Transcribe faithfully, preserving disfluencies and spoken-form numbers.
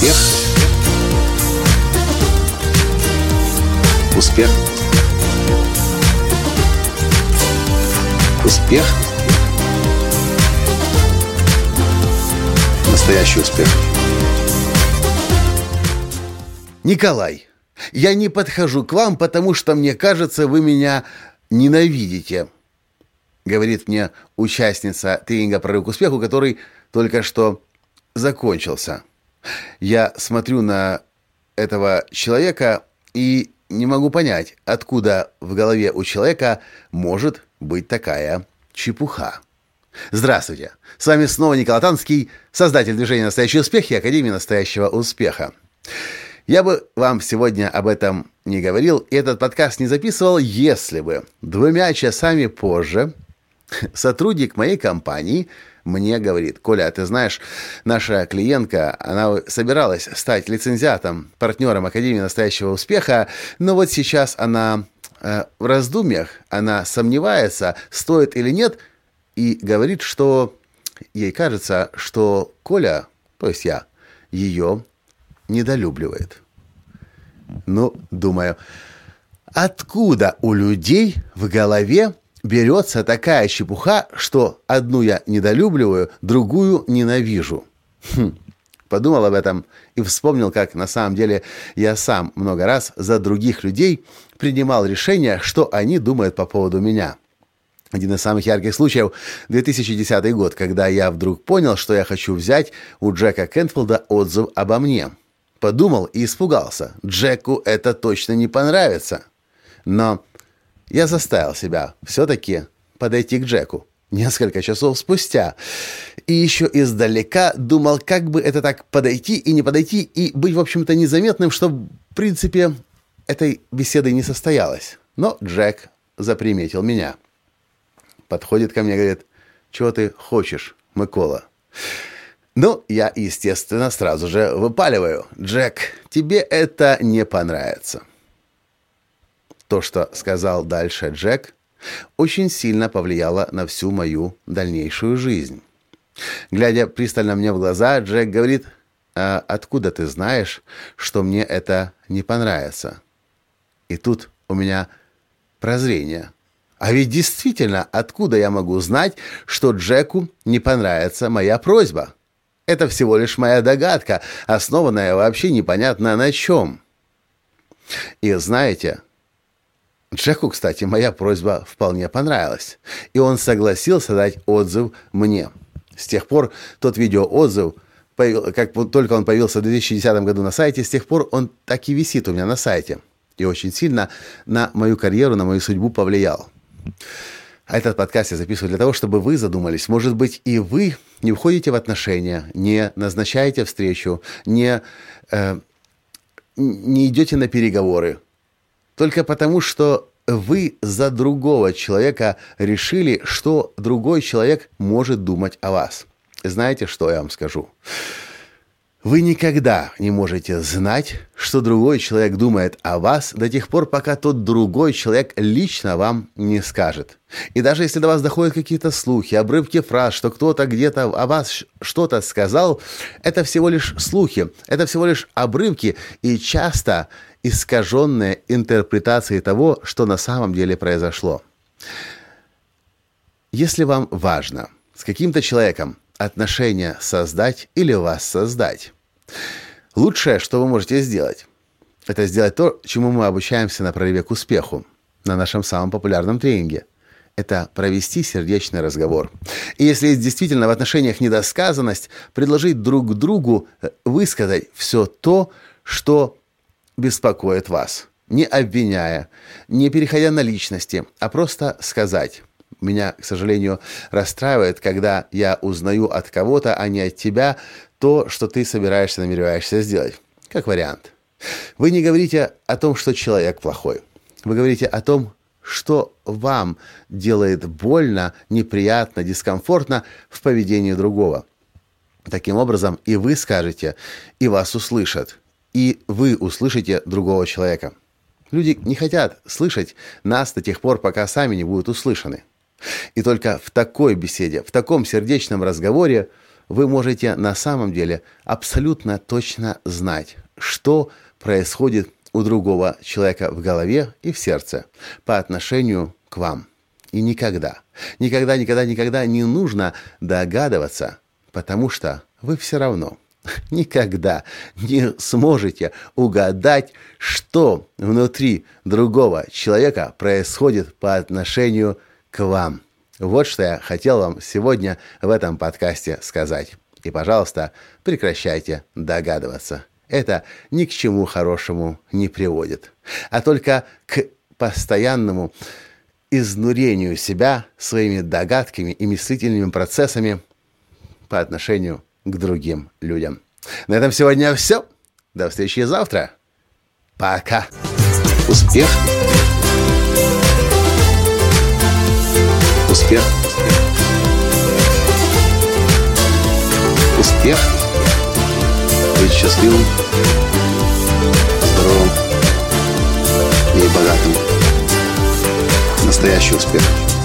Успех. Успех. Успех. Настоящий успех. Николай, я не подхожу к вам, потому что мне кажется, вы меня ненавидите, говорит мне участница тренинга «Прорыв к успеху», который только что закончился. Я смотрю на этого человека и не могу понять, откуда в голове у человека может быть такая чепуха. Здравствуйте! С вами снова Николай Танский, создатель движения «Настоящий успех» и Академии настоящего успеха. Я бы вам сегодня об этом не говорил и этот подкаст не записывал, если бы двумя часами позже сотрудник моей компании мне говорит: Коля, ты знаешь, наша клиентка, она собиралась стать лицензиатом, партнером Академии настоящего успеха, но вот сейчас она э, в раздумьях, она сомневается, стоит или нет, и говорит, что ей кажется, что Коля, то есть я, ее недолюбливает. Ну, думаю, откуда у людей в голове берется такая чепуха, что одну я недолюбливаю, другую ненавижу? Хм. Подумал об этом и вспомнил, как на самом деле я сам много раз за других людей принимал решение, что они думают по поводу меня. Один из самых ярких случаев – две тысячи десятый год, когда я вдруг понял, что я хочу взять у Джека Кентфилда отзыв обо мне. Подумал и испугался. Джеку это точно не понравится. Но я заставил себя все-таки подойти к Джеку несколько часов спустя. И еще издалека думал, как бы это так подойти и не подойти, и быть, в общем-то, незаметным, что, в принципе, этой беседы не состоялось. Но Джек заприметил меня. Подходит ко мне и говорит: «Чего ты хочешь, Микола?» Ну, я, естественно, сразу же выпаливаю: «Джек, тебе это не понравится». То, что сказал дальше Джек, очень сильно повлияло на всю мою дальнейшую жизнь. Глядя пристально мне в глаза, Джек говорит: «А откуда ты знаешь, что мне это не понравится?» И тут у меня прозрение. А ведь действительно, откуда я могу знать, что Джеку не понравится моя просьба? Это всего лишь моя догадка, основанная вообще непонятно на чем. И знаете, Джеку, кстати, моя просьба вполне понравилась, и он согласился дать отзыв мне. С тех пор тот видеоотзыв, как только он появился в две тысячи десятом году на сайте, с тех пор он так и висит у меня на сайте. И очень сильно на мою карьеру, на мою судьбу повлиял. А этот подкаст я записываю для того, чтобы вы задумались. Может быть, и вы не входите в отношения, не назначаете встречу, не, э, не идете на переговоры. Только потому, что вы за другого человека решили, что другой человек может думать о вас. Знаете, что я вам скажу? Вы никогда не можете знать, что другой человек думает о вас до тех пор, пока тот другой человек лично вам не скажет. И даже если до вас доходят какие-то слухи, обрывки фраз, что кто-то где-то о вас что-то сказал, это всего лишь слухи, это всего лишь обрывки и часто искаженные интерпретации того, что на самом деле произошло. Если вам важно с каким-то человеком отношения создать или вас создать, лучшее, что вы можете сделать, это сделать то, чему мы обучаемся на прорыве к успеху, на нашем самом популярном тренинге. Это провести сердечный разговор. И если есть действительно в отношениях недосказанность, предложить друг другу высказать все то, что беспокоит вас, не обвиняя, не переходя на личности, а просто сказать: «Меня, к сожалению, расстраивает, когда я узнаю от кого-то, а не от тебя, то, что ты собираешься, намереваешься сделать». Как вариант. Вы не говорите о том, что человек плохой. Вы говорите о том, что вам делает больно, неприятно, дискомфортно в поведении другого. Таким образом, и вы скажете, и вас услышат, и вы услышите другого человека. Люди не хотят слышать нас до тех пор, пока сами не будут услышаны. И только в такой беседе, в таком сердечном разговоре вы можете на самом деле абсолютно точно знать, что происходит у другого человека в голове и в сердце по отношению к вам. И никогда, никогда, никогда, никогда не нужно догадываться, потому что вы все равно никогда не сможете угадать, что внутри другого человека происходит по отношению к вам. Вот что я хотел вам сегодня в этом подкасте сказать. И, пожалуйста, прекращайте догадываться. Это ни к чему хорошему не приводит, а только к постоянному изнурению себя своими догадками и мыслительными процессами по отношению к другим людям. На этом сегодня все. До встречи завтра. Пока. Успех. Успех. Успех. Быть счастливым, здоровым и богатым. Настоящий успех.